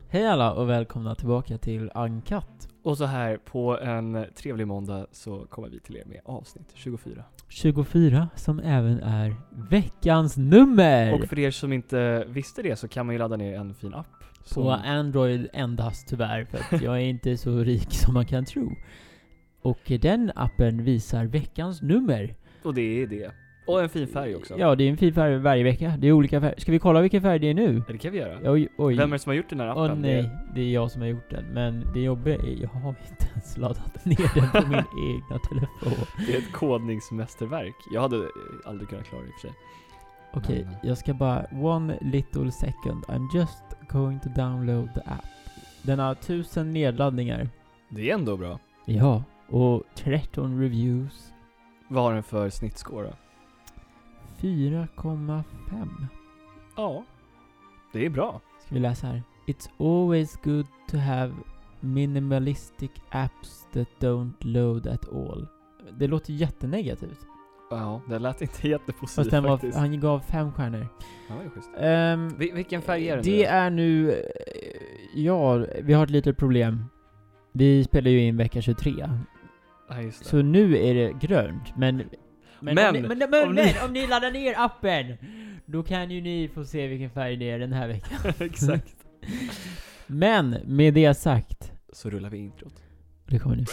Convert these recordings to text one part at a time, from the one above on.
Hej alla och välkomna tillbaka till Uncut. Och så här på en trevlig måndag så kommer vi till er med avsnitt 24. 24 som även är veckans nummer. Och för er som inte visste det så kan man ju ladda ner en fin app. På Android endast tyvärr, för att jag är inte så rik som man kan tro. Och den appen visar veckans nummer. Och det är det. Och en fin färg också. Ja, det är en fin färg varje vecka. Det är olika färger. Ska vi kolla vilken färg det är nu? Ja, det kan vi göra. Oj. Vem är det som har gjort den här appen? Nej, det är jag som har gjort den. Men det jobbiga är, jag har inte ens laddat ner den på min egna telefon. Det är ett kodningsmästerverk. Jag hade aldrig kunnat klara det i och för sig. Okej, jag ska bara... One little second. I'm just going to download the app. Den har 1000 nedladdningar. Det är ändå bra. Ja, och 13 reviews. Vad har den för snittscore då? 4,5. Ja, det är bra. Ska vi läsa här? It's always good to have minimalistic apps that don't load at all. Det låter jättenegativt. Ja, det lät inte jättepositivt Fast den faktiskt. han gav 5 stjärnor. Ja, det är schysst. Vilken färg är den det nu? är nu... Ja, vi har ett litet problem. Vi spelar ju in vecka 23. Ja, just det. Så nu är det grönt. Men om ni laddar ner appen, då kan ju ni få se vilken färg det är den här veckan. Exakt. Men med det sagt, så rullar vi introt. det kommer nu.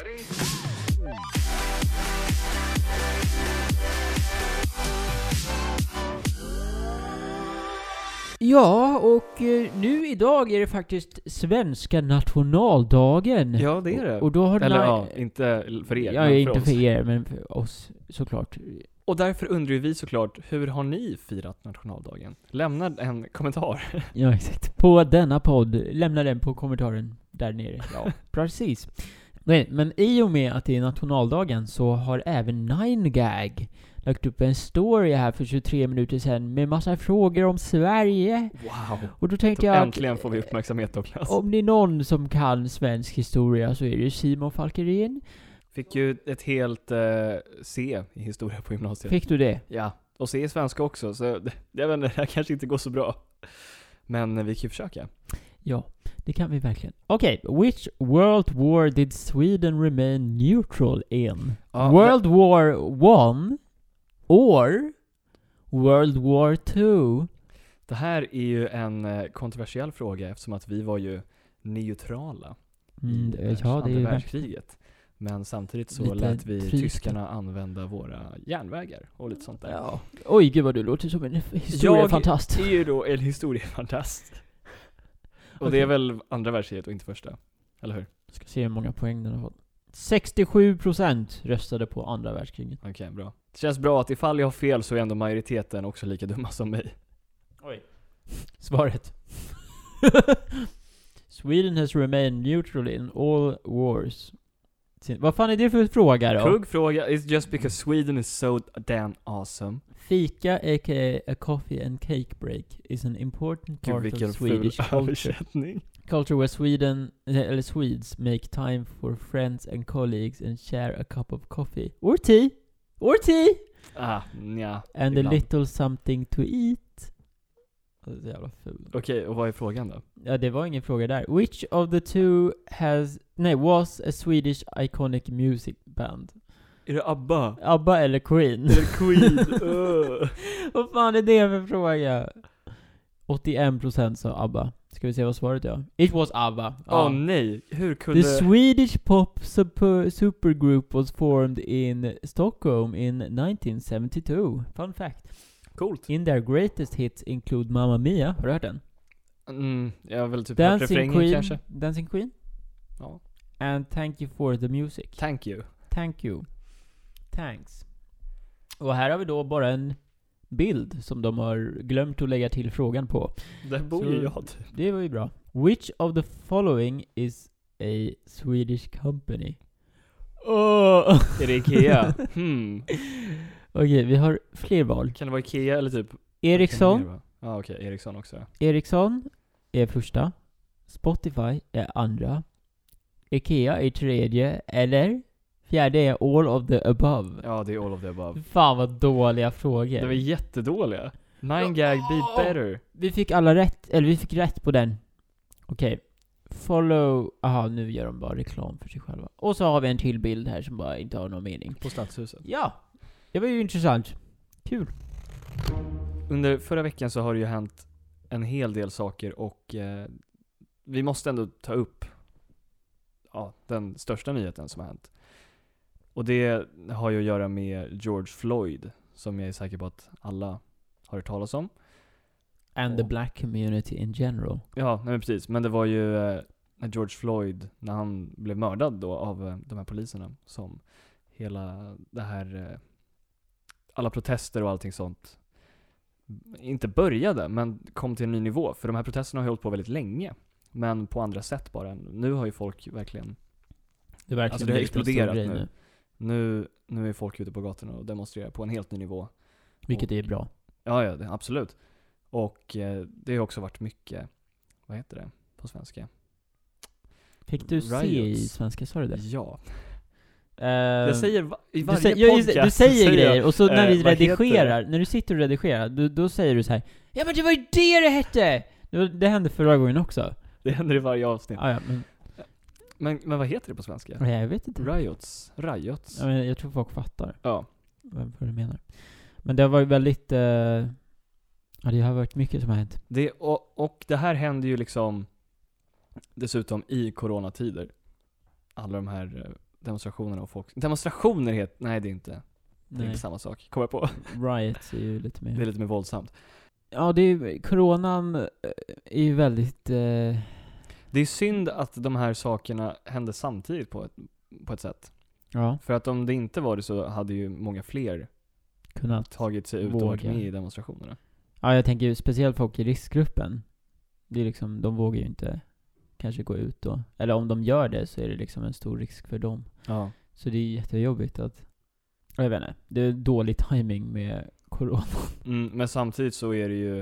Ja, och nu idag är det faktiskt svenska nationaldagen. Ja, det är det. Och då har eller ja, inte för er. Ja, men inte för för er, men för oss såklart. Och därför undrar ju vi såklart, hur har ni firat nationaldagen? Lämna en kommentar. Ja, exakt. På denna podd, lämna den på kommentaren där nere. Ja, precis. Nej, men i och med att det är nationaldagen så har även 9gag lagt upp en story här för 23 minuter sedan med massa frågor om Sverige. Wow. Och då tänkte jag äntligen får vi uppmärksamhet, Douglas. Om det är någon som kan svensk historia så är det Simon Falkerin. Fick ju ett helt C i historia på gymnasiet. Fick du det? Ja, och C i svenska också, så jag vet inte, det här kanske inte går så bra. Men vi kan ju försöka. Ja, det kan vi verkligen. Okej, which World War did Sweden remain neutral in? Ja, World War 1 or World War 2? Det här är ju en kontroversiell fråga eftersom att vi var ju neutrala i andra världskriget. Men samtidigt så lät vi tyskarna använda våra järnvägar och lite sånt där. Ja. Oj, gud vad du låter som en historiefantast. Jag är ju då en historiefantast. Och det är väl andra världskriget och inte första, eller hur? Jag ska se hur många poäng den har fått. 67% röstade på andra världskriget. Okej, bra. Det känns bra att ifall jag har fel så är ändå majoriteten också lika dumma som mig. Oj. Svaret. Sweden has remained neutral in all wars. Vad fan är det för fråga då? Kuggfråga is just because Sweden is so damn awesome. Fika, a.k.a. a coffee and cake break, is an important part of Swedish culture. Culture where Sweden, eller Swedes, make time for friends and colleagues and share a cup of coffee. Or tea! Or tea! Nja. And ibland a little something to eat. Det är så jävla ful. Okej, och vad är frågan då? Ja, det var ingen fråga där. Which of the two was a Swedish iconic music band? Är det ABBA? ABBA eller Queen? Eller Queen? Vad fan är det för fråga? 81% sa ABBA. Ska vi se vad svaret är? It was ABBA. Nej, hur kunde... The Swedish pop supergroup was formed in Stockholm in 1972. Fun fact. Coolt. In their greatest hits include Mamma Mia. Har du hört den? Jag har väl typ hört refrängen kanske. Dancing Queen? Ja. And Thank You for the Music. Thank you. Thank you. Thanks. Och här har vi då bara en bild som de har glömt att lägga till frågan på. Där bor ju jag typ. Det var ju bra. Which of the following is a Swedish company? Är det Ikea? Okej, vi har fler val. Kan det vara Ikea eller typ Ericsson? Ja, okej, Ericsson också. Ericsson är första. Spotify är andra. Ikea är tredje. Eller fjärde är all of the above. Ja, det är all of the above. Fan vad dåliga frågor. Det var jättedåliga. 9gag be better. Vi fick alla rätt, eller vi fick rätt på den. Okej. follow... Aha, nu gör de bara reklam för sig själva. Och så har vi en till bild här som bara inte har någon mening. På Stadshuset. Ja, det var ju intressant. Kul. Under förra veckan så har det ju hänt en hel del saker och vi måste ändå ta upp den största nyheten som har hänt. Och det har ju att göra med George Floyd, som jag är säker på att alla har hört talas om. And the black community in general. Ja, men precis. Men det var ju när George Floyd, när han blev mördad då av de här poliserna, som hela det här, alla protester och allting sånt inte började, men kom till en ny nivå. För de här protesterna har hållit på väldigt länge, men på andra sätt bara. Nu har ju folk verkligen... Det har exploderat nu. Nu är folk ute på gatorna och demonstrerar på en helt ny nivå. Vilket är bra. Ja, absolut. Och det har också varit mycket, vad heter det på svenska? Fick du se i svenska, sa du det? Ja. Jag säger i varje podcast. Du säger grejer, och så när vi redigerar, när du sitter och redigerar, då säger du så här: ja, men det var ju det hette! Det hände förra gången också. Det händer i varje avsnitt. Ja, men vad heter det på svenska? Ja, jag vet inte. Riots. Ja, men jag tror folk fattar. Ja. Vad du menar. Men det har varit väldigt... Ja, det har varit mycket som har hänt. Och det här händer ju liksom dessutom i coronatider. Alla de här demonstrationerna och folk... Demonstrationer heter... Nej, det är inte. Det är inte samma sak. Kommer jag på. Riots är ju lite mer... Det är lite mer våldsamt. Ja, coronan är ju väldigt... Det är synd att de här sakerna hände samtidigt på ett sätt. Ja. För att om det inte var det så hade ju många fler kunnat tagit sig ut och varit med i demonstrationerna. Ja, jag tänker ju speciellt folk i riskgruppen. Det är liksom, de vågar ju inte kanske gå ut då. Eller om de gör det så är det liksom en stor risk för dem. Ja. Så det är jättejobbigt att... Jag vet inte, det är dålig timing med corona. Men samtidigt så är det ju...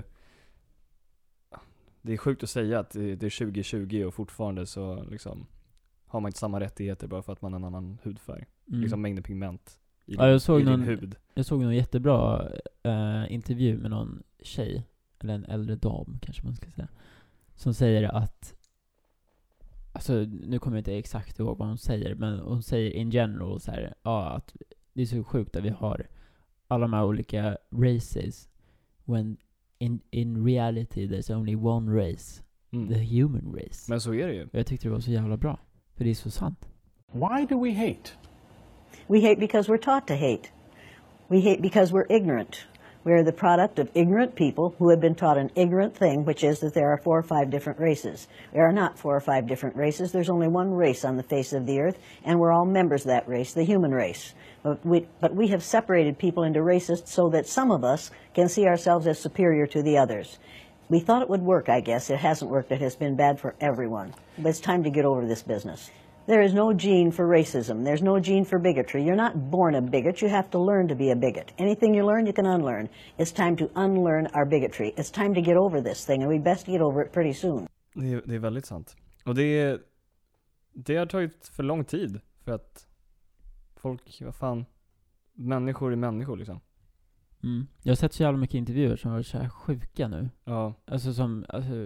Det är sjukt att säga att det är 2020 och fortfarande så liksom har man inte samma rättigheter bara för att man har en annan hudfärg. Liksom mängden pigment i din hud. Jag såg någon jättebra intervju med någon tjej, eller en äldre dam kanske man ska säga, som säger att, alltså nu kommer jag inte exakt ihåg vad hon säger, men hon säger in general så här, att det är så sjukt att vi har alla de här olika races when in reality there's only one race, the human race. Men så är det ju. Jag tyckte det var så jävla bra, för det är så sant. Why do we hate? We hate because we're taught to hate. We hate because we're ignorant. We're the product of ignorant people who have been taught an ignorant thing, which is that there are 4 or 5 different races. There are not 4 or 5 different races. There's only one race on the face of the earth, and we're all members of that race, the human race. But we have separated people into races so that some of us can see ourselves as superior to the others. We thought it would work, I guess. It hasn't worked. It has been bad for everyone. But it's time to get over this business. There is no gene for racism. There's no gene for bigotry. You're not born a bigot. You have to learn to be a bigot. Anything you learn, you can unlearn. It's time to unlearn our bigotry. It's time to get over this thing, and we best get over it pretty soon. Det är väldigt sant. Och det har tagit för lång tid för att folk, människor är människor liksom. Jag har sett så jävla mycket intervjuer som har varit så här sjuka nu. Ja. Alltså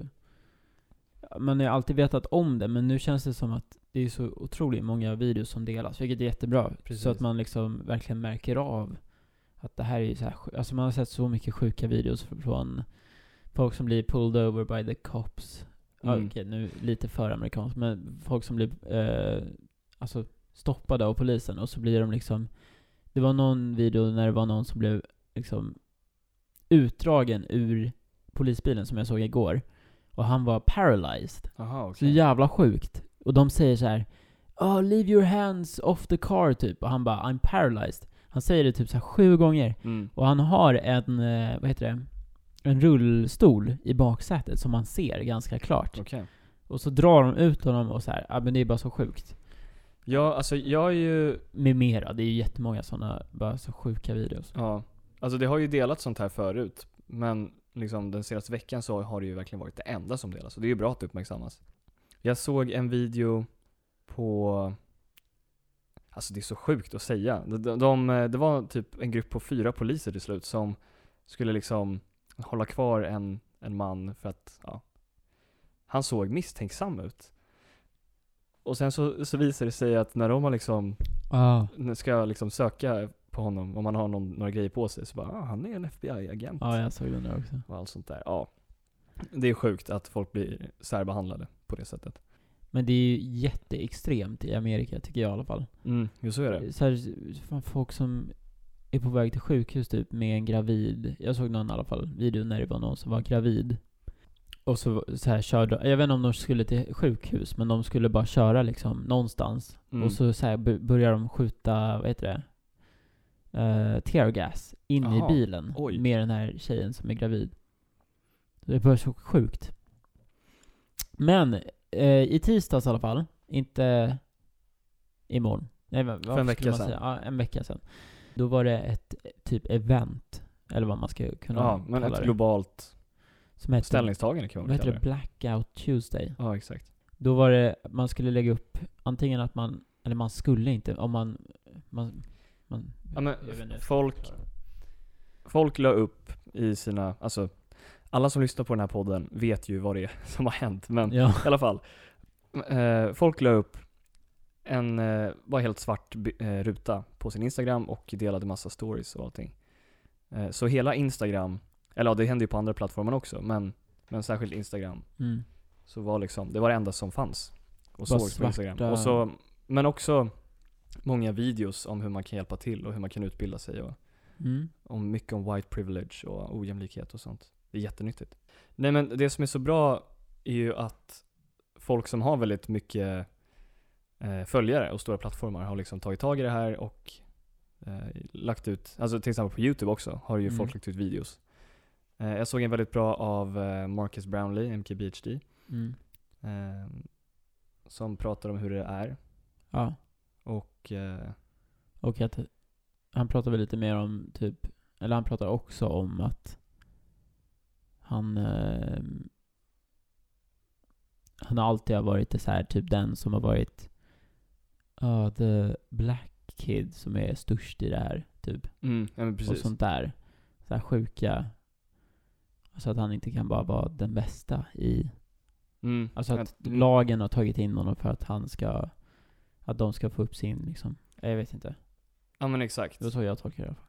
man har alltid vetat om det, men nu känns det som att det är så otroligt många videos som delas, vilket är jättebra. Precis. Så att man liksom verkligen märker av att det här är så här, alltså man har sett så mycket sjuka videos från folk som blir pulled over by the cops. Okej, nu lite för amerikanskt, men folk som blir alltså stoppade av polisen, och så blir de liksom, det var någon video när det var någon som blev liksom utdragen ur polisbilen som jag såg igår, och han var paralyzed. Aha, okay. Så jävla sjukt. Och de säger så här: leave your hands off the car typ, och han bara, I'm paralyzed. Han säger det typ så här 7 gånger. Och han har en rullstol i baksätet som man ser ganska klart. Okay. Och så drar de ut honom och så här, men det är bara så sjukt. Ja, alltså jag är ju... Med mera, det är ju jättemånga sådana bara så sjuka videos. Ja, alltså det har ju delat sånt här förut, men liksom den senaste veckan så har det ju verkligen varit det enda som delas, och det är ju bra att det uppmärksammas. Jag såg en video på... Alltså det är så sjukt att säga. Det var typ en grupp på 4 poliser till slut som skulle liksom hålla kvar en man för att han såg misstänksam ut. Och sen så visar det sig att när de har liksom ska liksom söka på honom, om man har några grejer på sig, så bara, han är en FBI-agent. Ja, jag såg den där också. Och allt sånt där. Ja. Det är sjukt att folk blir särbehandlade på det sättet. Men det är ju jätteextremt i Amerika, tycker jag i alla fall. Just så är det. Så här, folk som är på väg till sjukhus typ med en gravid. Jag såg någon i alla fall video när det var någon som var gravid. Och så här körde, jag vet inte om de skulle till sjukhus, men de skulle bara köra liksom någonstans. Och så här börjar de skjuta, vad heter det? Tear gas in i bilen. Oj. Med den här tjejen som är gravid. Det var så sjukt. Men i tisdags i alla fall, inte imorgon. Nej, för en vecka sedan. Ja, en vecka sedan. Då var det ett typ event, eller vad man ska kunna kalla det. Ja, men ett globalt som heter, ställningstagande kan man kalla det. Blackout Tuesday. Ja, exakt. Då var det, man skulle lägga upp antingen att man, eller man skulle inte, om man ja, men folk la upp i sina, alltså alla som lyssnar på den här podden vet ju vad det är som har hänt, men i alla fall folk la upp en var helt svart ruta på sin Instagram och delade massa stories och allting. Så hela Instagram, eller ja, det hände ju på andra plattformar också, men särskilt Instagram. Så var liksom, det var det enda som fanns och sågs på Instagram. Och så, men också många videos om hur man kan hjälpa till och hur man kan utbilda sig och om mycket om white privilege och ojämlikhet och sånt. Det är jättenyttigt. Nej, men det som är så bra är ju att folk som har väldigt mycket följare och stora plattformar har liksom tagit tag i det här och lagt ut, alltså till exempel på YouTube också har ju folk lagt ut videos. Jag såg en väldigt bra av Marcus Brownlee, MKBHD, som pratar om hur det är. Ja. Och att han pratar väl lite mer om typ, eller han pratar också om att han alltid har varit så här, typ den som har varit the black kid som är störst i det här typ. Ja, men precis. Och sånt där. Så här sjuka. Alltså att han inte kan bara vara den bästa i alltså att lagen har tagit in honom för att att de ska få upp sin liksom. Jag vet inte. Ja, men exakt. Det var så jag tolkar det.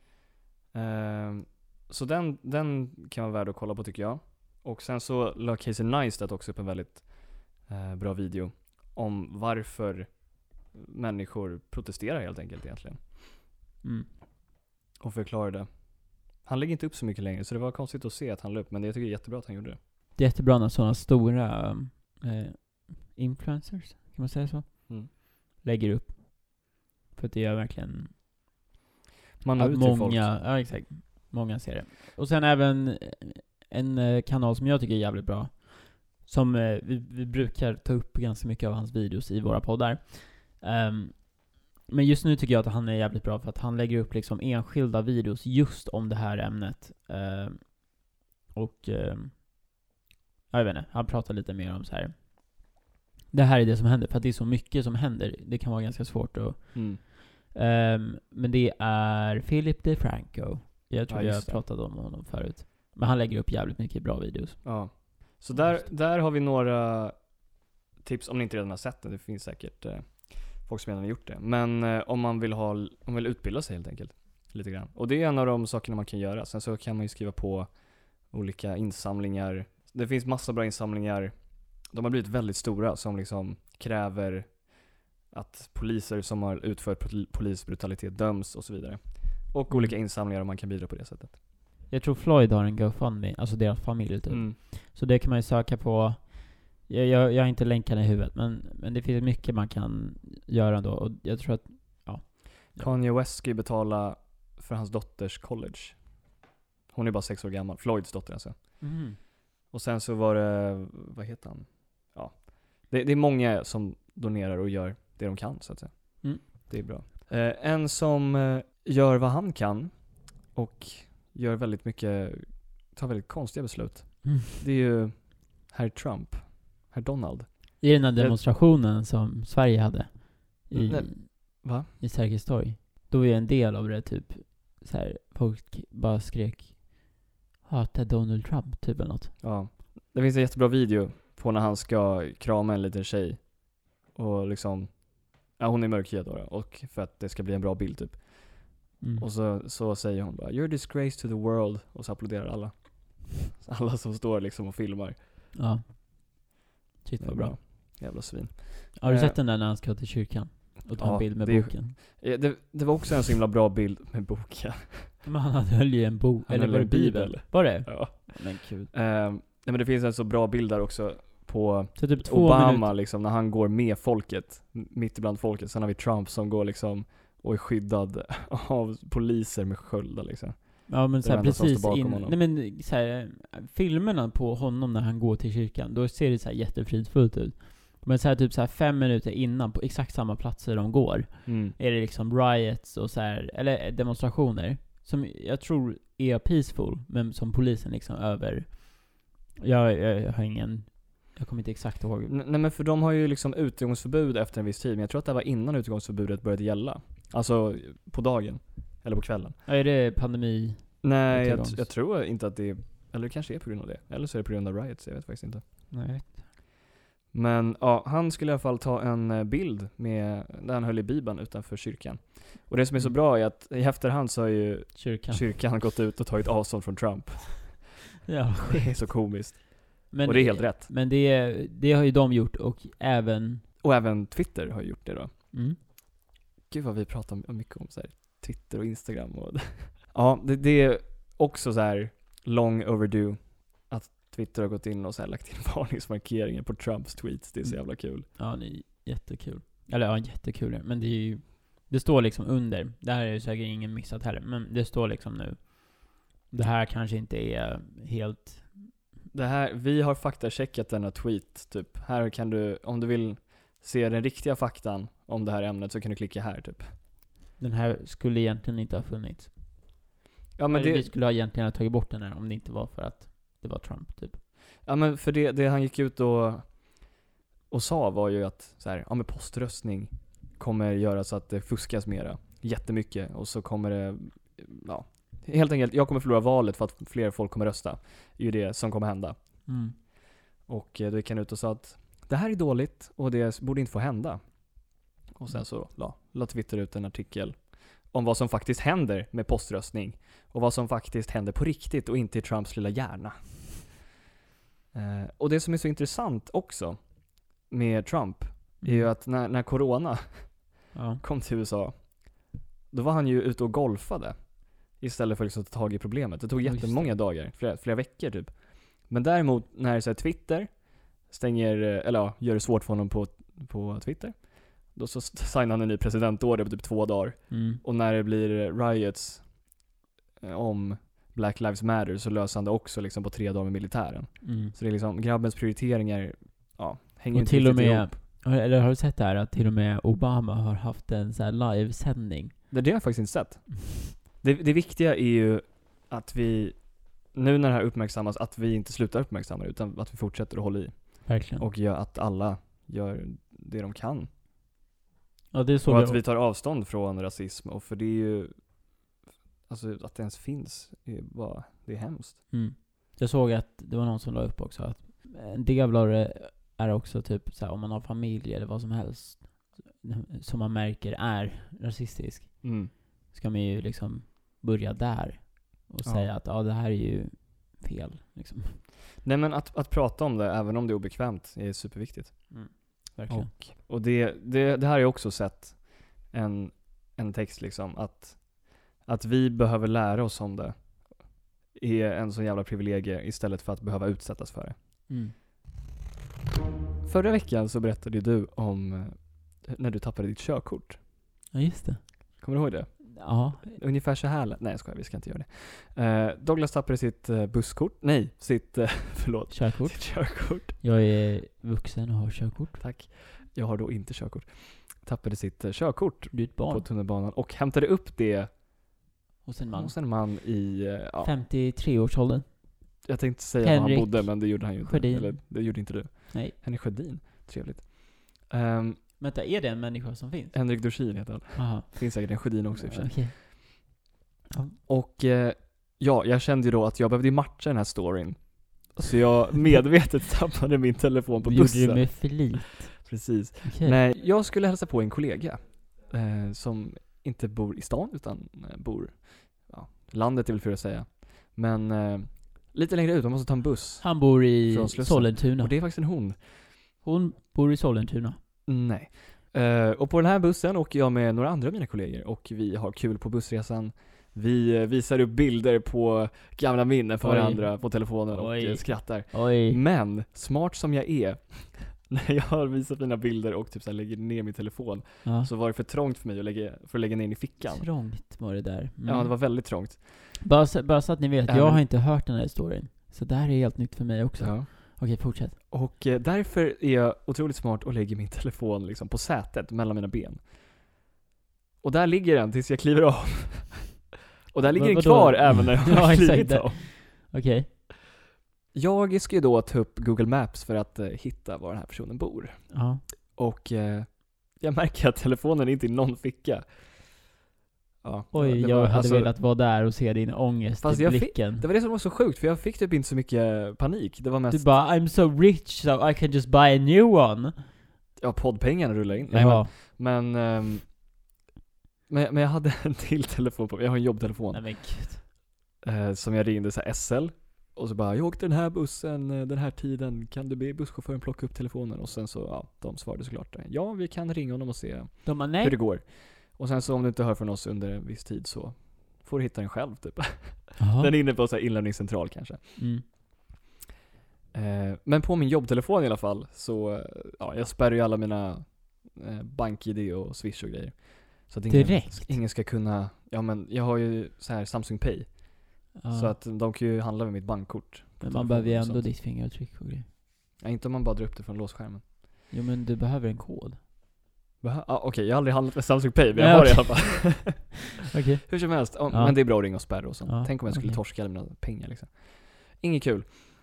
Så den kan vara värd att kolla på, tycker jag. Och sen så la Casey Neistat också upp en väldigt bra video om varför människor protesterar helt enkelt egentligen. Och förklarade. Han lägger inte upp så mycket längre, så det var konstigt att se att han la upp, men jag tycker det är jättebra att han gjorde det. Det är jättebra när sådana stora influencers, kan man säga så, lägger upp. För att det gör verkligen man har många, folk. Ja, exakt. Många ser det. Och sen även en kanal som jag tycker är jävligt bra, som vi brukar ta upp ganska mycket av hans videos i våra poddar. Men just nu tycker jag att han är jävligt bra för att han lägger upp liksom enskilda videos just om det här ämnet. Jag vet inte, han pratar lite mer om så här. Det här är det som händer, för att det är så mycket som händer. Det kan vara ganska svårt att men det är Philip DeFranco. Jag tror jag pratade om honom förut. Men han lägger upp jävligt mycket bra videos. Ja. Så där har vi några tips, om ni inte redan har sett det. Det finns säkert folk som redan har gjort det. Men om man vill utbilda sig helt enkelt lite grann. Och det är en av de sakerna man kan göra. Sen så kan man ju skriva på olika insamlingar. Det finns massa bra insamlingar. De har blivit väldigt stora, som liksom kräver att poliser som har utfört polisbrutalitet döms och så vidare. Och olika insamlingar, om man kan bidra på det sättet. Jag tror Floyd har en GoFundMe, alltså deras familj typ. Så det kan man ju söka på. Jag har inte länkarna i huvudet, men det finns mycket man kan göra ändå. Och jag tror att Kanye West ska ju betala för hans dotters college. Hon är bara 6 år gammal, Floyds dotter alltså. Och sen så var det, vad heter han? Ja. Det är många som donerar och gör det de kan, så att säga. Det är bra. En som gör vad han kan och gör väldigt mycket, tar väldigt konstiga beslut. Det är ju herr Trump, herr Donald. I den här demonstrationen som Sverige hade i Sergels torg. Då är en del av det typ så här, folk bara skrek hata Donald Trump typ eller något. Ja. Det finns en jättebra video på när han ska krama en liten tjej och liksom, ja, hon är mörkhyad då, och för att det ska bli en bra bild typ. Och så säger hon bara, you're a disgrace to the world, och så applåderar alla som står liksom och filmar. Ja. Shit vad bra. Jävla svin. Har du sett den där när han ska till kyrkan och ta en bild med boken? Det var också en så himla bra bild med boken. Men han höll ju en bok, eller var det Bibel? Var det? Ja. Men kul. Nej, men det finns en så bra bild där också på typ Obama liksom, när han går med folket, mitt ibland folket. Sen har vi Trump som går liksom och är skyddad av poliser med sköldar liksom. Ja, men så här, precis nej, men så här, filmerna på honom när han går till kyrkan, då ser det så här jättefridfullt ut. Men så här, typ så här 5 minuter innan, på exakt samma platser de går, är det liksom riots och så här, eller demonstrationer som jag tror är peaceful, men som polisen liksom över. Jag har ingen, jag kommer inte exakt ihåg. Nej, men för de har ju liksom utegångsförbud efter en viss tid, men jag tror att det var innan utegångsförbudet började gälla. Alltså på dagen eller på kvällen. Ja, är det pandemi? Nej, jag tror inte att det är, eller det kanske är på grund av det. Eller så är det på grund av riots, jag vet faktiskt inte. Nej. Men ja, han skulle i alla fall ta en bild med där han höll i Bibeln utanför kyrkan. Och det som är så bra är att i efterhand så har ju kyrkan gått ut och tagit avstånd från Trump. Ja, det är så komiskt. Men, och det är helt rätt. Men det har ju de gjort, och även Twitter har gjort det då. Gud vad vi pratar mycket om så här, Twitter och Instagram och ja, det är också så här long overdue att Twitter har gått in och så här lagt in varningsmarkeringar på Trumps tweets. Det är så jävla kul. Ja, det är jättekul. Eller ja, jättekul. Men det är ju, det står liksom under. Det här är ju säkert ingen missat heller, men det står liksom nu. Det här kanske inte är helt. Det här, vi har faktacheckat denna tweet typ. Här kan du, om du vill se den riktiga faktan om det här ämnet, så kan du klicka här typ. Den här skulle egentligen inte ha funnits. Ja, men vi skulle egentligen ha tagit bort den här om det inte var för att det var Trump typ. Ja, men för det han gick ut och sa var ju att så här, ja, men poströstning kommer göra så att det fuskas mera jättemycket, och så kommer det, ja, helt enkelt, jag kommer förlora valet för att fler folk kommer rösta. Det är ju det som kommer hända. Och då gick han ut och sa att det här är dåligt och det borde inte få hända. Och sen så la Twitter ut en artikel om vad som faktiskt händer med poströstning och vad som faktiskt händer på riktigt och inte i Trumps lilla hjärna. Och det som är så intressant också med Trump är ju att när corona kom till USA, då var han ju ute och golfade istället för liksom att ta tag i problemet. Det tog jättemånga dagar, flera veckor typ. Men däremot när så här, Twitter stänger, eller ja, gör det svårt för honom på Twitter, då så signar han en ny presidentorder på typ 2 dagar. Och när det blir riots om Black Lives Matter, så löser han det också liksom på 3 dagar med militären. Så det är liksom, grabbens prioriteringar hänger inte till och med ihop. Eller har du sett det här att till och med Obama har haft en så här livesändning? Det har jag faktiskt inte sett. Det viktiga är ju att vi, nu när det här uppmärksammas, att vi inte slutar uppmärksamma det, utan att vi fortsätter att hålla i. Verkligen. Och gör att alla gör det de kan. Ja, det är så. Och att vi tar avstånd från rasism. Och för det är ju, alltså att det ens finns, det är hemskt. Jag såg att det var någon som la upp också att en del av det är också typ så här, om man har familj eller vad som helst som man märker är rasistisk, ska man ju liksom börja där och säga att det här är ju fel liksom. Nej, men att prata om det, även om det är obekvämt, är superviktigt. Verkligen. Och det här har jag också sett en text liksom, att vi behöver lära oss om det är en sån jävla privilegie istället för att behöva utsättas för det. Förra veckan så berättade du om när du tappade ditt körkort. Ja, just det. Kommer du ihåg det? Ja. Ungefär så här. Nej, jag skojar, vi ska inte göra det. Douglas tappade sitt busskort. Nej, förlåt. Körkort. Sitt körkort. Jag är vuxen och har körkort. Tack. Jag har då inte körkort. Tappade sitt körkort på tunnelbanan och hämtade upp det hos en man i 53-årsåldern. Jag tänkte säga Henrik var han bodde, men det gjorde han ju inte. Sjödin. Eller det gjorde inte du. Nej. Henrik Sjödin. Trevligt. Vänta, är det en människa som finns? Henrik Dorsin heter han. Aha. Finns säkert en Sjödin också i och för sig. Okay. Ja. Och jag kände ju då att jag behövde matcha den här storyn. Så jag medvetet tappade min telefon på bussen. Gjorde du med flit? Precis. Nej, jag skulle hälsa på en kollega som inte bor i stan utan bor, landet är väl för att säga. Men lite längre ut, man måste ta en buss. Han bor i Sollentuna. Och det är faktiskt en hon. Hon bor i Sollentuna. Nej. Och på den här bussen åker jag med några andra av mina kollegor och vi har kul på bussresan. Vi visar upp bilder på gamla minnen för varandra på telefonen och skrattar. Men smart som jag är, när jag har visat mina bilder och typ så här lägger ner min telefon, så var det för trångt för mig för att lägga ner den i fickan. Trångt var det där. Ja, det var väldigt trångt. Bara så att ni vet, jag har inte hört den här historien. Så det här är helt nytt för mig också. Ja. Okej, fortsätt. Och därför är jag otroligt smart och lägger min telefon liksom på sätet mellan mina ben. Och där ligger den tills jag kliver av. Och där ligger den kvar även när jag har klivit av. Okej. Jag ska ju då ta upp Google Maps för att hitta var den här personen bor. Ja. Och jag märker att telefonen är inte i någon ficka. Ja, jag hade velat vara där och se din ångest i blicken. Det var det som var så sjukt, för jag fick typ inte så mycket panik. Det var mest... Du bara, I'm so rich so I can just buy a new one. Ja, poddpengarna rullar in. Ja. Men jag hade en till telefon på. Jag har en jobbtelefon. Nej, men gud. Som jag ringde så här SL. Och så bara, jag åkte den här bussen den här tiden. Kan du be busschauffören plocka upp telefonen? Och sen så, de svarade såklart. Ja, vi kan ringa honom och se hur det går. Och sen så om du inte hör från oss under en viss tid så får du hitta den själv typ. Den är inne på så här inlämningscentral kanske. Men på min jobbtelefon i alla fall så, jag spärrar ju alla mina bank-ID och Swish och grejer. Så att ingen ska kunna, men jag har ju så här Samsung Pay. Så att de kan ju handla med mitt bankkort. Men man behöver ju ändå ditt fingeravtryck och grejer. Ja, inte om man bara drar upp det från låsskärmen. Jo, men du behöver en kod. Okej, jag har aldrig handlat med Samsung Pay, men jag har det i alla fall. Okay. Hur som helst, men det är bra att ringa och spärra och sånt. Tänk om jag skulle torska alla mina pengar liksom. Inget kul.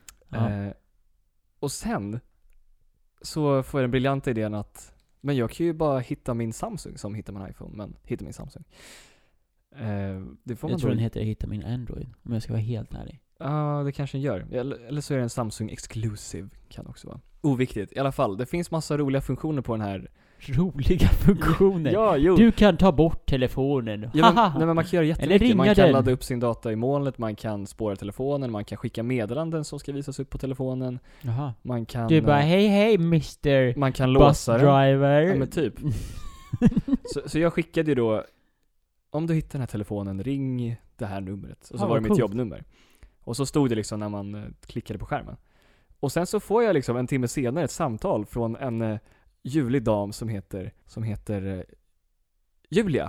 Och sen så får jag den briljanta idén att men jag kan ju bara hitta min Samsung som hittar min iPhone, men hitta min Samsung. Det får jag tror den heter hitta min Android, om jag ska vara helt ärlig. Ja, det kanske den gör. Eller så är det en Samsung Exclusive, kan också vara. Oviktigt. I alla fall, det finns massa roliga funktioner på den här. Roliga funktioner? Ja, jo. Du kan ta bort telefonen. Men man kan göra jättemycket. Man kan ladda upp sin data i molnet, man kan spåra telefonen, man kan skicka meddelanden som ska visas upp på telefonen. Jaha. Man kan... Du bara, hej Mr. Man kan låsa driver. Ja, men typ. så jag skickade ju då, om du hittar den här telefonen, ring det här numret. Och så var det mitt jobbnummer. Och så stod det liksom när man klickade på skärmen. Och sen så får jag liksom en timme senare ett samtal från en ljuvlig dam som heter Julia.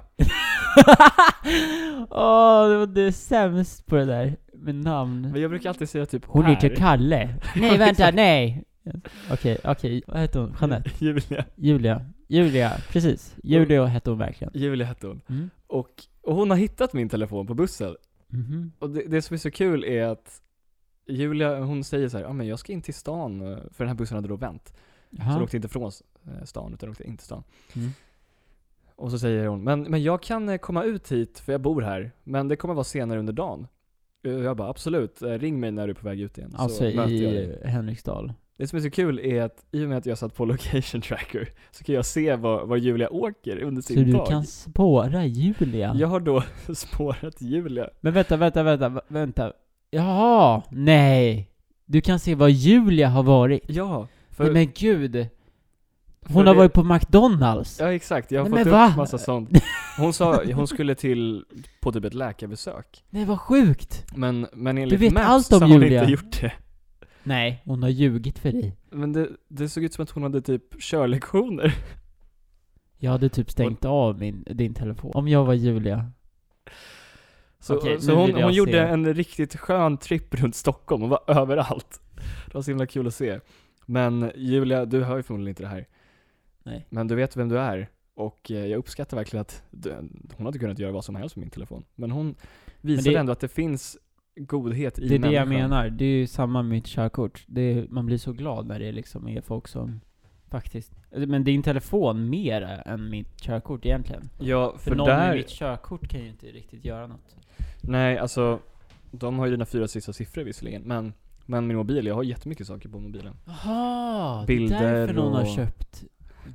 Det är sämst på det där med namn. Men jag brukar alltid säga typ hon heter Kalle. Nej, vänta, nej. Okej. Vad heter hon? Jeanette? Julia, precis. Julia hette hon verkligen. Julia hette hon. Och hon har hittat min telefon på bussen. Och det som är så kul är att Julia, hon säger så här, men jag ska in till stan, för den här bussen hade då vänt. Så hon åkte inte från stan utan åkte in till stan. Och så säger hon, men jag kan komma ut hit för jag bor här, men det kommer vara senare under dagen. Jag bara, absolut, ring mig när du är på väg ut igen. Alltså så i Henriksdal. Det som är så kul är att i och med att jag satt på location tracker så kan jag se var Julia åker under sin dag. Så du kan spåra Julia? Jag har då spårat Julia. Men vänta. Jaha, nej. Du kan se var Julia har varit. Ja. Nej, men gud. Hon har varit på McDonalds. Ja, exakt, jag har fått upp massa sånt. Hon sa hon skulle på typ ett läkarbesök. Nej, vad sjukt. Men enligt du vet Maps allt om så har hon Julia. inte gjort det. Nej, hon har ljugit för dig. Men det såg ut som att hon hade typ körlektioner. Jag hade typ stängt av din telefon. Om jag var Julia. Så hon gjorde en riktigt skön tripp runt Stockholm. Hon var överallt. Det var så himla kul att se. Men Julia, du hör ju förmodligen inte det här. Nej. Men du vet vem du är. Och jag uppskattar verkligen att hon hade kunnat göra vad som helst med min telefon. Men hon visade ändå att det finns godhet i människan. Det är det jag menar. Det är ju samma med mitt körkort. Man blir så glad när det liksom är folk som faktiskt... Men din telefon mer än mitt körkort egentligen. Ja, för någon med mitt körkort kan ju inte riktigt göra något. Nej, alltså de har ju dina 4 sista siffror visserligen. Men min mobil, jag har jättemycket saker på mobilen. Jaha, bilder det är därför någon har köpt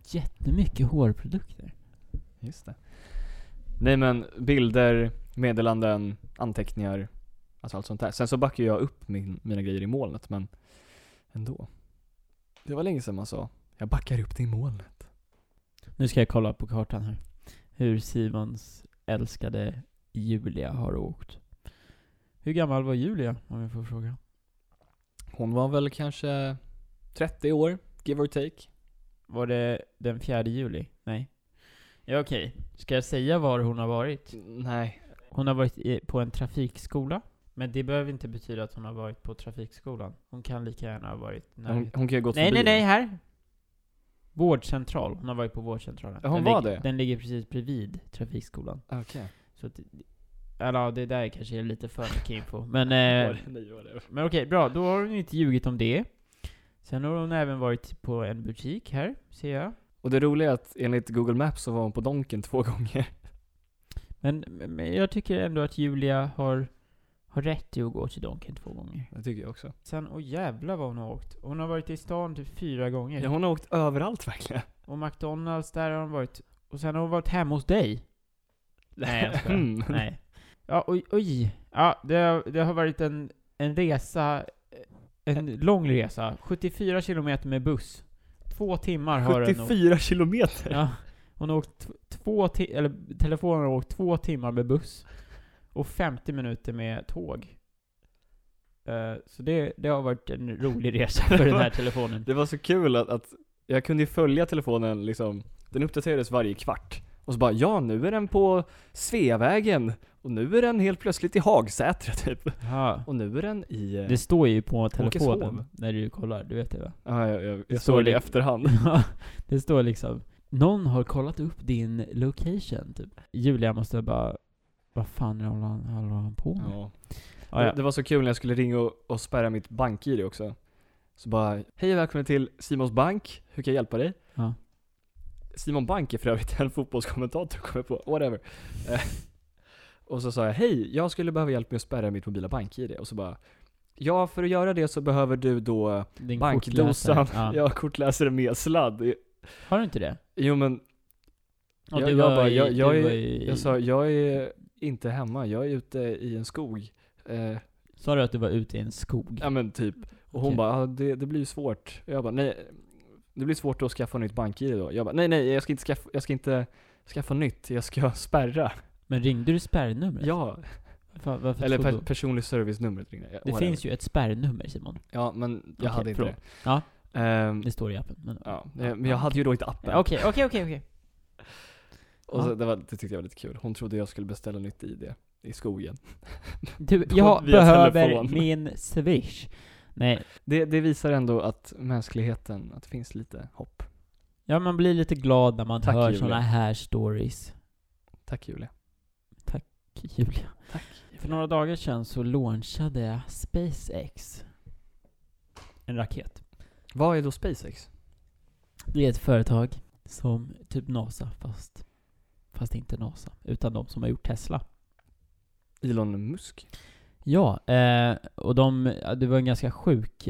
jättemycket hårprodukter. Just det. Nej, men bilder, meddelanden, anteckningar, alltså allt sånt där. Sen så backar jag upp mina grejer i molnet, men ändå. Det var länge sedan man sa, jag backar upp det i molnet. Nu ska jag kolla på kartan här. Hur Simons älskade Julia har åkt. Hur gammal var Julia, om jag får fråga? Hon var väl kanske 30 år, give or take. Var det den 4 juli? Nej. Ja, okej. Ska jag säga var hon har varit? Nej. Hon har varit på en trafikskola. Men det behöver inte betyda att hon har varit på trafikskolan. Hon kan lika gärna ha varit... Hon kan ju gått förbi. Nej, här. Vårdcentral. Hon har varit på vårdcentralen. Ja, hon var det? Den ligger precis bredvid trafikskolan. Okej. Så att, eller det där kanske är lite för mycket info. Men, men okej, bra. Då har hon inte ljugit om det. Sen har hon även varit på en butik här, ser jag. Och det roliga är att enligt Google Maps så var hon på Donken 2 gånger. Men jag tycker ändå att Julia har rätt i att gå till Donken 2 gånger. Det tycker jag också. Sen, jävla vad hon har åkt. Hon har varit i stan typ 4 gånger. Ja, hon har åkt överallt verkligen. Och McDonalds, där har hon varit. Och sen har hon varit hemma hos dig. Nej, jag skojar. Nej. Ja, oj. Ja, det har varit en resa, en lång resa. 74 kilometer med buss. 2 timmar har den 74 kilometer? Ja. Hon har åkt telefonen har åkt 2 timmar med buss. Och 50 minuter med tåg. Så det har varit en rolig resa för den här telefonen. Det var så kul att jag kunde följa telefonen liksom. Den uppdaterades varje kvart. Och så bara, ja, nu är den på Sveavägen. Och nu är den helt plötsligt i Hagsätra typ. Ja. Och nu är den i... Det står ju på telefonen när du kollar, du vet det va? Ja, jag står det i efterhand. Ja, det står liksom, någon har kollat upp din location typ. Julia måste bara, vad fan håller han på med? Ja. Ja. Det var så kul när jag skulle ringa och spärra mitt bank-ID också. Så bara, hej och välkommen till Simons Bank. Hur kan jag hjälpa dig? Ja. Simon Bank är för övrigt en fotbollskommentator, kommer på, whatever. Och så sa jag, hej, jag skulle behöva hjälp med att spärra mitt mobila bank-ID. Och så bara, ja, för att göra det så behöver du då din bankdosan. Ja. Jag kortläsare med sladd. Har du inte det? Jo, men Ja, jag sa, jag är inte hemma, jag är ute i en skog. Sa du att du var ute i en skog? Ja, men typ. Och hon bara, det blir ju svårt. Jag bara, nej, det blir svårt att skaffa nytt bank-ID då. Jag bara, nej, jag ska inte skaffa nytt, jag ska spärra. Men ringde du spärrnumret? Ja. Varför eller personlig service-numret ringde jag. Det finns ju ett spärrnummer, Simon. Ja, men jag hade inte det. Ja, det står i appen. Men jag hade ju då inte appen. Okej. Och så, det tyckte jag var lite kul. Hon trodde jag skulle beställa nytt ID i skogen. Jag behöver telefon. Min Swish. Nej. Det visar ändå att mänskligheten, att det finns lite hopp. Ja, man blir lite glad när man hör såna här stories. Tack Julia. Tack Julia. För några dagar sedan så launchade SpaceX en raket. Vad är då SpaceX? Det är ett företag som typ NASA, fast inte NASA, utan de som har gjort Tesla. Elon Musk? Ja, och det var en ganska sjuk...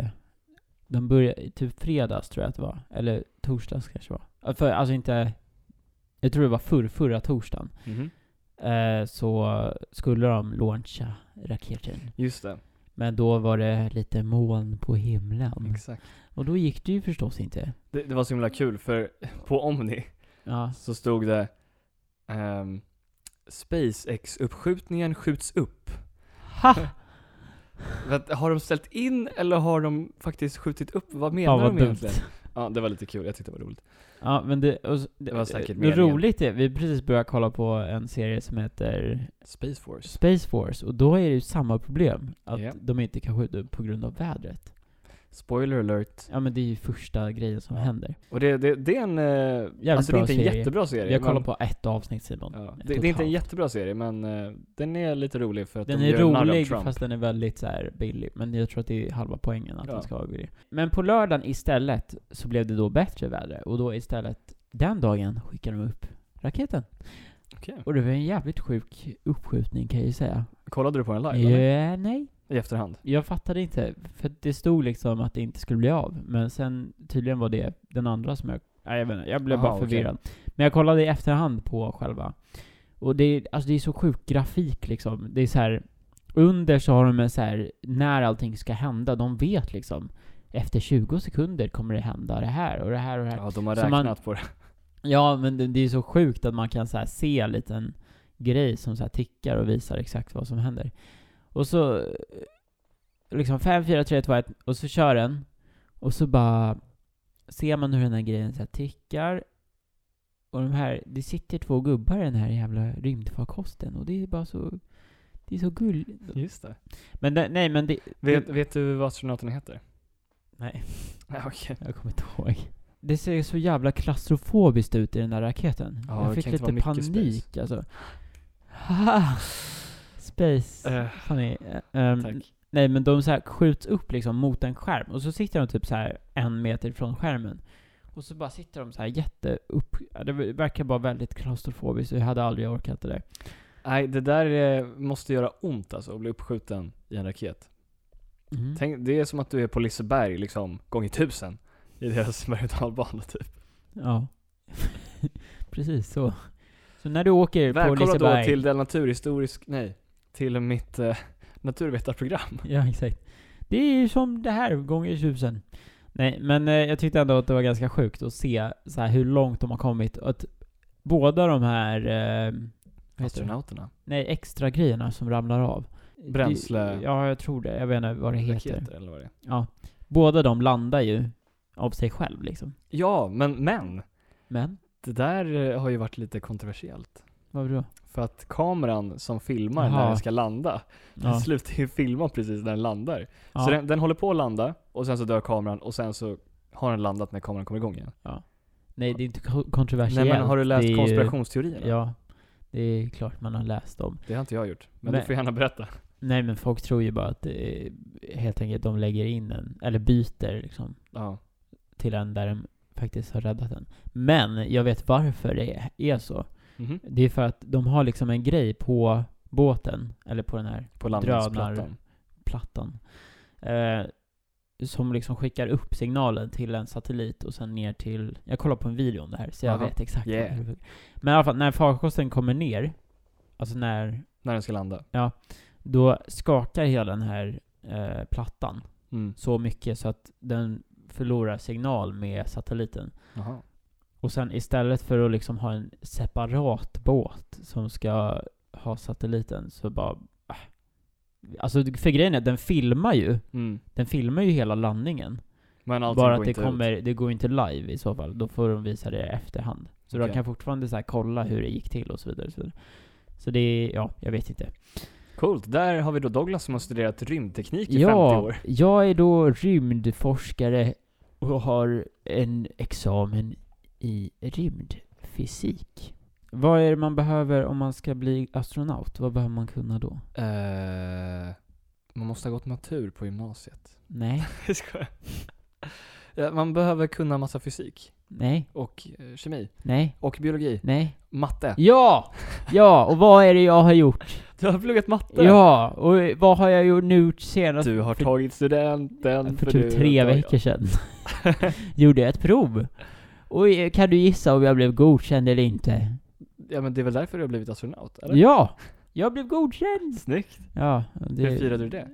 de började typ fredags, tror jag att det var. Eller torsdags kanske var. Alltså inte... Jag tror det var förra torsdagen. Mm-hmm. Så skulle de launcha raketen. Just det. Men då var det lite moln på himlen. Exakt. Och då gick det ju förstås inte. Det var så himla kul, för på Omni så stod det SpaceX-uppskjutningen skjuts upp. Ha! Har de ställt in eller har de faktiskt skjutit upp? Vad menar de egentligen? Ja, det var lite kul. Jag tyckte det var roligt. Ja, men det var säkert det roligt är, vi precis börjat kolla på en serie som heter Space Force. Och då är det ju samma problem. Att de inte kan skjuta upp på grund av vädret. Spoiler alert. Ja, men det är ju första grejen som händer. Och det är en... alltså det är inte en jättebra serie. Jag kollar på ett avsnitt, Simon. Ja, det är inte en jättebra serie, men den är lite rolig för att den är rolig, fast den är väldigt så här billig. Men jag tror att det är halva poängen att den ska vara billig. Men på lördagen istället så blev det då bättre väder. Och då istället den dagen skickade de upp raketen. Okay. Och det var en jävligt sjuk uppskjutning, kan jag ju säga. Kollade du på den live? Nej. I efterhand? Jag fattade inte, för det stod liksom att det inte skulle bli av. Men sen tydligen var det den andra som jag jag vet inte, jag blev bara förvirrad. Okay. Men jag kollade i efterhand på själva. Och det är så sjuk grafik liksom. Det är så här, under så har de en så här, när allting ska hända, de vet liksom efter 20 sekunder kommer det hända det här och det här och det här. Ja, de har räknat på det. Ja, men det är så sjukt att man kan så här se en liten grej som så här tickar och visar exakt vad som händer. Och så liksom 5, 4, 3, 2, 1 och så kör den. Och så bara ser man hur den här grejen så här tickar. Och det sitter 2 gubbar i den här jävla rymdfarkosten. Och det är bara så, det är så gulligt. Just det. Men nej, men det... Vet du vad astronauten heter? Nej. Okay. Jag kommer inte ihåg. Det ser så jävla klaustrofobiskt ut i den där raketen. Ja, jag fick lite panik space. Alltså. Space. Funny. Tack. Nej, men de så här skjuts upp liksom mot en skärm. Och så sitter de typ så här 1 meter från skärmen. Och så bara sitter de så här det verkar bara väldigt klaustrofobiskt. Jag hade aldrig orkat det där. Nej, det där måste göra ont alltså, att bli uppskjuten i en raket. Mm. Tänk, det är som att du är på Liseberg liksom gånger 1000 i deras berg-och-dalbana typ. Ja. Precis så. Så när du åker välkomna på Liseberg... då till den till mitt naturvetarprogram. Ja, exakt. Det är ju som det här gånger 1000. Nej, men jag tyckte ändå att det var ganska sjukt att se så här hur långt de har kommit. Och att båda de här... astronauterna? Nej, extra grejerna som ramlar av. Bränsle? Ja, jag tror det. Jag vet inte vad det heter. Eller vad det är. Ja. Båda de landar ju av sig själv liksom. Ja, men? Det där har ju varit lite kontroversiellt. Varför då? För att kameran som filmar när den ska landa, den slutar ju filma precis när den landar. Ja. Så den håller på att landa, och sen så dör kameran, och sen så har den landat när kameran kommer igång igen. Ja. Nej, det är inte kontroversiellt. Nej, men har du läst konspirationsteorierna? Ja, det är klart man har läst dem. Det har inte jag gjort, men du får gärna berätta. Nej, men folk tror ju bara att helt enkelt de lägger in eller byter liksom till en där de faktiskt har räddat den. Men jag vet varför det är så. Mm-hmm. Det är för att de har liksom en grej på båten, eller på den här drönarplattan, som liksom skickar upp signalen till en satellit och sen ner till... Jag kollar på en video om det här, så jag vet exakt. Yeah. Men i alla fall, när farkosten kommer ner, alltså när den ska landa, då skakar hela den här plattan så mycket så att den förlorar signal med satelliten. Aha. Och sen istället för att liksom ha en separat båt som ska ha satelliten, så bara... Alltså för grejen är, den filmar ju hela landningen. Men bara att det går inte live i så fall. Då får de visa det i efterhand. Så de kan fortfarande så här kolla hur det gick till och så vidare. Så det är, jag vet inte. Coolt. Där har vi då Douglas som har studerat rymdteknik i 50 år. Jag är då rymdforskare och har en examen i rymdfysik. Vad är det man behöver om man ska bli astronaut? Vad behöver man kunna då? Man måste ha gått natur på gymnasiet. Nej. Man behöver kunna massa fysik. Nej. Och kemi. Nej. Och biologi. Nej. Matte. Ja! Ja, och vad är det jag har gjort? Du har pluggat matte. Ja, och vad har jag gjort nu senast? Du har tagit studenten. För typ 3 veckor sedan. Gjorde jag ett prov. Och kan du gissa om jag blev godkänd eller inte? Ja, men det är väl därför du har blivit astronaut, eller? Ja! Jag blev godkänd! Snyggt. Ja. Hur firade du det?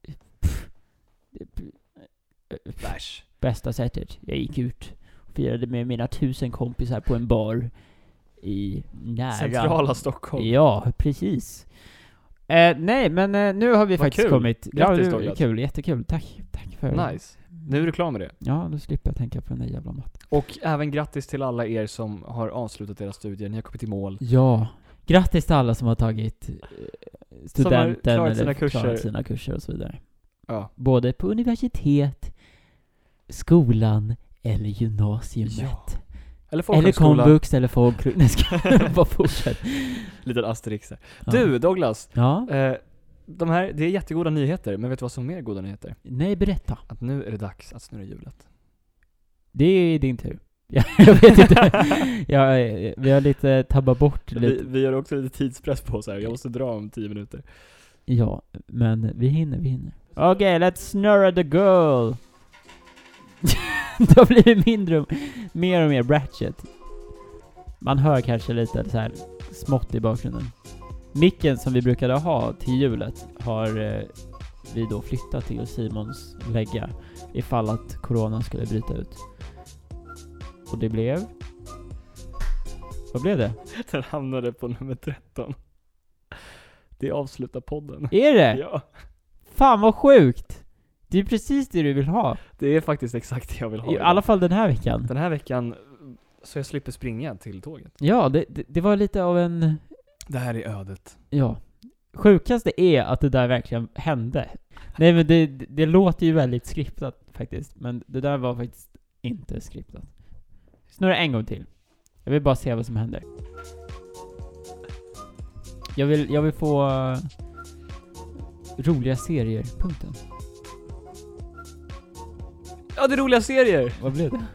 Bärs. Bästa sättet. Jag gick ut och firade med mina 1000 kompisar på en bar i nära centrala Stockholm. Ja, precis. Nej, men nu har vi faktiskt kommit. Grattis, kul, jättekul. Tack för nice. Nu är du klar med det. Ja, då slipper jag tänka på den där jävla matten. Och även grattis till alla er som har avslutat era studier. Ni har kommit i mål. Ja, grattis till alla som har tagit studenten eller klarat sina kurser och så vidare. Ja. Både på universitet, skolan eller gymnasiet. Ja. Eller komvux eller folkgrund. Bara fortsätt. Liten asterix här. Ja. Du, Douglas. Ja? Det är jättegoda nyheter, men vet du vad som är goda nyheter? Nej, berätta. Att nu är det dags att snurra hjulet. Det är din tur. Jag vet inte. Vi har lite tabbat bort lite. Vi har också lite tidspress på oss här. Jag måste dra om 10 minuter. Ja, men vi hinner. Okej, let's snurra the girl. Det har blivit mer och mer Ratchet. Man hör kanske lite så här smått i bakgrunden. Micken som vi brukade ha till hjulet har vi då flyttat till Simons lägga ifall att corona skulle bryta ut. Och det blev... Vad blev det? Den hamnade på nummer 13. Det avslutar podden. Är det? Ja. Fan vad sjukt! Det är precis det du vill ha. Det är faktiskt exakt det jag vill ha. I alla fall den här veckan. Den här veckan så jag slipper springa till tåget. Ja, det var lite av en... Det här är ödet. Ja. Sjukaste är att det där verkligen hände. Nej men det låter ju väldigt skriptat faktiskt. Men det där var faktiskt inte skriptat. Snurra en gång till. Jag vill bara se vad som händer. Jag vill få roliga serier, punkten. Ja, det är roliga serier! Vad blev det?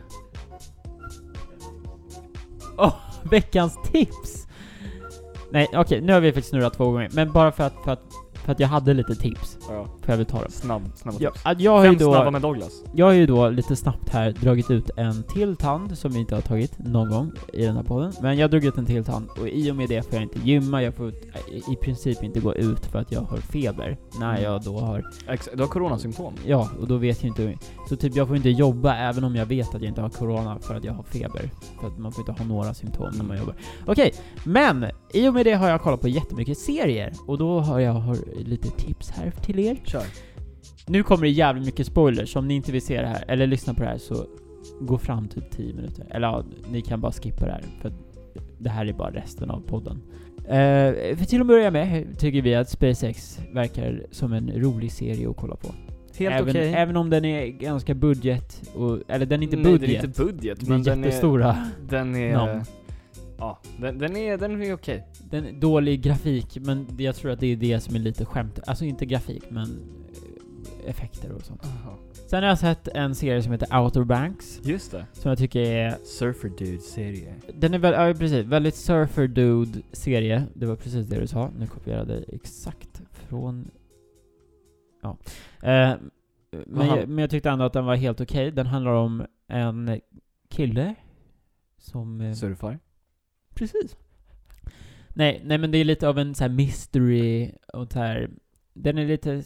Veckans tips! Nej, okej, nu har vi faktiskt snurrat 2 gånger. Men bara för att jag hade lite tips. Ja. För jag vill ta dem. Snabba tips. Jag har ju då, snabba med Douglas. Jag har ju då lite snabbt här dragit ut en till tand som vi inte har tagit någon gång i den här podden. Men jag drog ut en till tand och i och med det får jag inte gymma. Jag får i princip inte gå ut för att jag har feber. När jag då har... Du har coronasymptom. Ja, och då vet jag inte... Så typ jag får inte jobba även om jag vet att jag inte har corona för att jag har feber. För att man får inte ha några symptom när man jobbar. Okej, men i och med det har jag kollat på jättemycket serier. Och då har jag lite tips här till er. Kör. Nu kommer det jävligt mycket spoilers. Om ni inte vill se det här eller lyssna på det här så gå fram typ 10 minuter. Eller ja, ni kan bara skippa det här. För det här är bara resten av podden. För till att börja med tycker vi att SpaceX verkar som en rolig serie att kolla på. Helt okej. Även om den är ganska budget. Eller den är inte Nej, budget. det är inte budget. Men den är jättestora. Den är... namn. Ja, den är okej. Den är dålig grafik, men jag tror att det är det som är lite skämt. Alltså inte grafik, men effekter och sånt. Aha. Sen har jag sett en serie som heter Outer Banks. Just det. Som jag tycker är... Surfer Dude-serie. Den är ja, precis. Väldigt Surfer Dude-serie. Det var precis det du sa. Nu kopierade jag exakt från... Ja. Men jag tyckte ändå att den var helt okej. Den handlar om en kille som... Surfar. Precis. Nej, men det är lite av en så här mystery och så här. Den är lite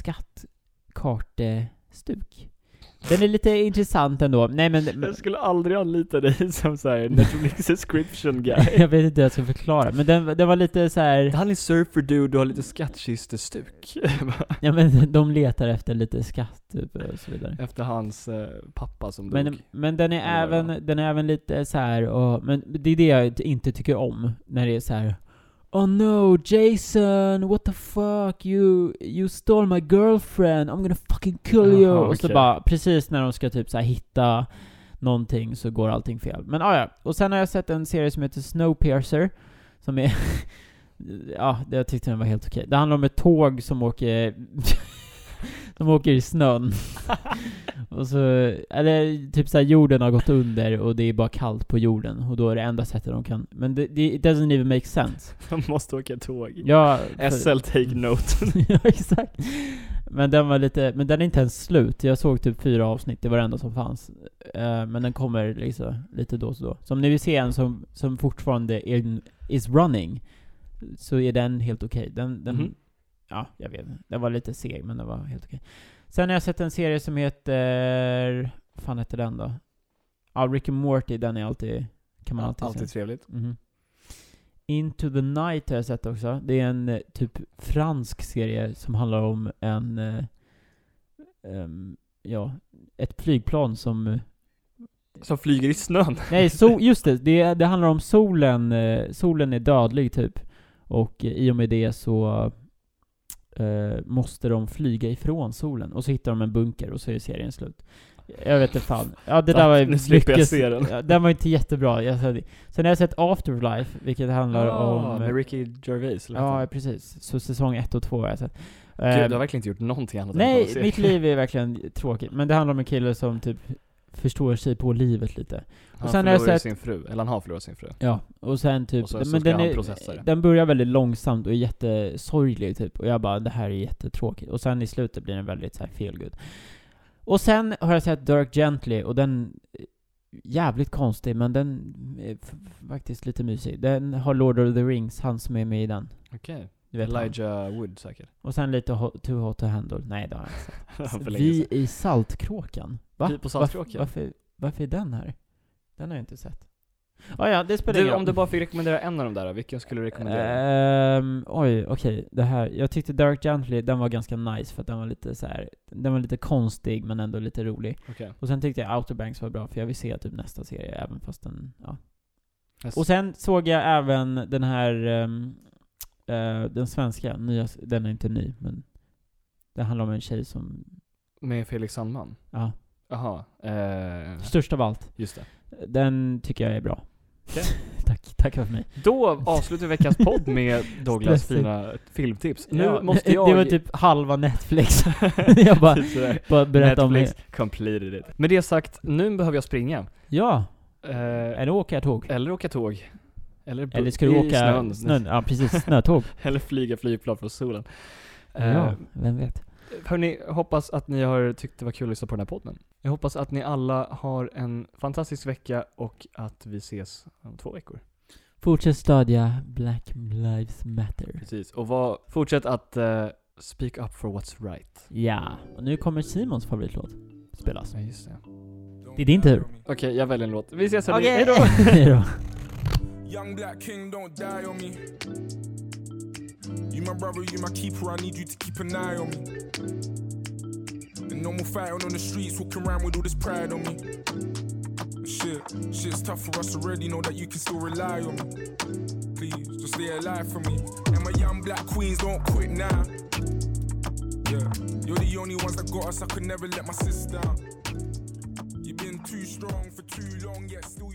skattkartestuk. Den är lite intressant ändå. Nej, men jag skulle aldrig anlita dig som så här Netflix subscription guy. Jag vet inte hur jag ska förklara, men den var lite så här. Han är surfer dude, du har lite skattkistestuk. Ja, men de letar efter lite skatt typ, och så vidare. Efter hans pappa som dog. Men den är även lite så här men det är det jag inte tycker om när det är så här. Oh no, Jason, what the fuck, you stole my girlfriend, I'm gonna fucking kill you. Aha, och så okay. bara, precis när de ska typ så här hitta någonting så går allting fel. Men ja. Och sen har jag sett en serie som heter Snowpiercer, som är ja, jag tyckte den var helt okej. Det handlar om ett tåg som åker som åker i snön. Och så, eller typ så här, jorden har gått under och det är bara kallt på jorden och då är det enda sättet de kan. Men it doesn't even make sense. De måste åka tåg. Ja, SL take note. Ja, exakt. Men den är inte ens slut. Jag såg typ 4 avsnitt, det var det enda som fanns. Men den kommer liksom lite då så då. Så om ni vill se en som fortfarande is running, så är den helt okej. Den ja, jag vet inte. Den var lite seg, men den var helt okej. Sen har jag sett en serie som heter... Vad fan heter den då? Ja, Rick and Morty, den är alltid... Kan man alltid se. Trevligt. Mm-hmm. Into the Night har jag sett också. Det är en typ fransk serie som handlar om en... ett flygplan som flyger i snön. Nej, just det handlar om solen. Solen är dödlig typ. Och i och med det så... måste de flyga ifrån solen och så hittar de en bunker och så är serien slut. Jag vet inte fan. Ja, det där var mycket. Den var inte jättebra. Sen har jag sett Afterlife, vilket handlar om med Ricky Gervais. Ja, precis. Så säsong 1 och 2 har jag sett. Gud, du har verkligen inte gjort någonting annat. Nej, mitt liv är verkligen tråkigt. Men det handlar om en kille som typ förstår sig på livet lite. Han förlorar sin fru, eller han har förlorat sin fru. Ja, och sen typ och så men den börjar väldigt långsamt och är jättesorglig typ. Och jag bara, det här är jättetråkigt. Och sen i slutet blir den väldigt så här feel good. Och sen har jag sett Dirk Gently, och den jävligt konstig, men den är faktiskt lite mysig. Den har Lord of the Rings, han som är med i den. Okej. Elijah Wood säkert. Och sen lite Too Hot to Handle. Nej, det har jag inte sett. Vi i Saltkråkan. Va? Vi på Saltkråkan? Varför är den här? Den har jag inte sett. Ja, det spelar ingen roll. Om du bara fick rekommendera en av dem där, vilken skulle du rekommendera? Okej. Det här, jag tyckte Dirk Gently, den var ganska nice för att den var lite så här, den var lite konstig men ändå lite rolig. Okay. Och sen tyckte jag Outer Banks var bra för jag vill se typ nästa serie även fast den, ja. Och sen såg jag även den här den svenska nya, den är inte ny men det handlar om en tjej som med Felix Sandman. Ja. Aha. Störst av allt. Just det. Den tycker jag är bra. Okay. Tack för mig. Då avslutar vi veckans podd med Douglas fina filmtips. Nu måste jag... Det var typ halva Netflix. Jag bara berättade om Netflix completed it. Med det sagt, nu behöver jag springa. Ja. Eller åka tåg. Eller ska du åka snön? Ja, precis. Snötåg. Eller flyga flygplan från solen. Ja, vem vet. Hörni, hoppas att ni har tyckt det var kul att lyssna på den här podden. Jag hoppas att ni alla har en fantastisk vecka och att vi ses om 2 veckor. Fortsätt stödja Black Lives Matter. Precis, och fortsätt att speak up for what's right. Ja, och nu kommer Simons favoritlåt spelas. Ja, just det. Det är din tur. Okej, jag väljer en låt. Vi ses hörni. Hejdå! Hejdå. Young black king, don't die on me. You my brother, you my keeper, I need you to keep an eye on me. And no more fighting on the streets, walking around with all this pride on me. Shit's tough for us already, know that you can still rely on me. Please, just stay alive for me. And my young black queens, don't quit now. Yeah, you're the only ones that got us, I could never let my sis down. You've been too strong for too long, yet still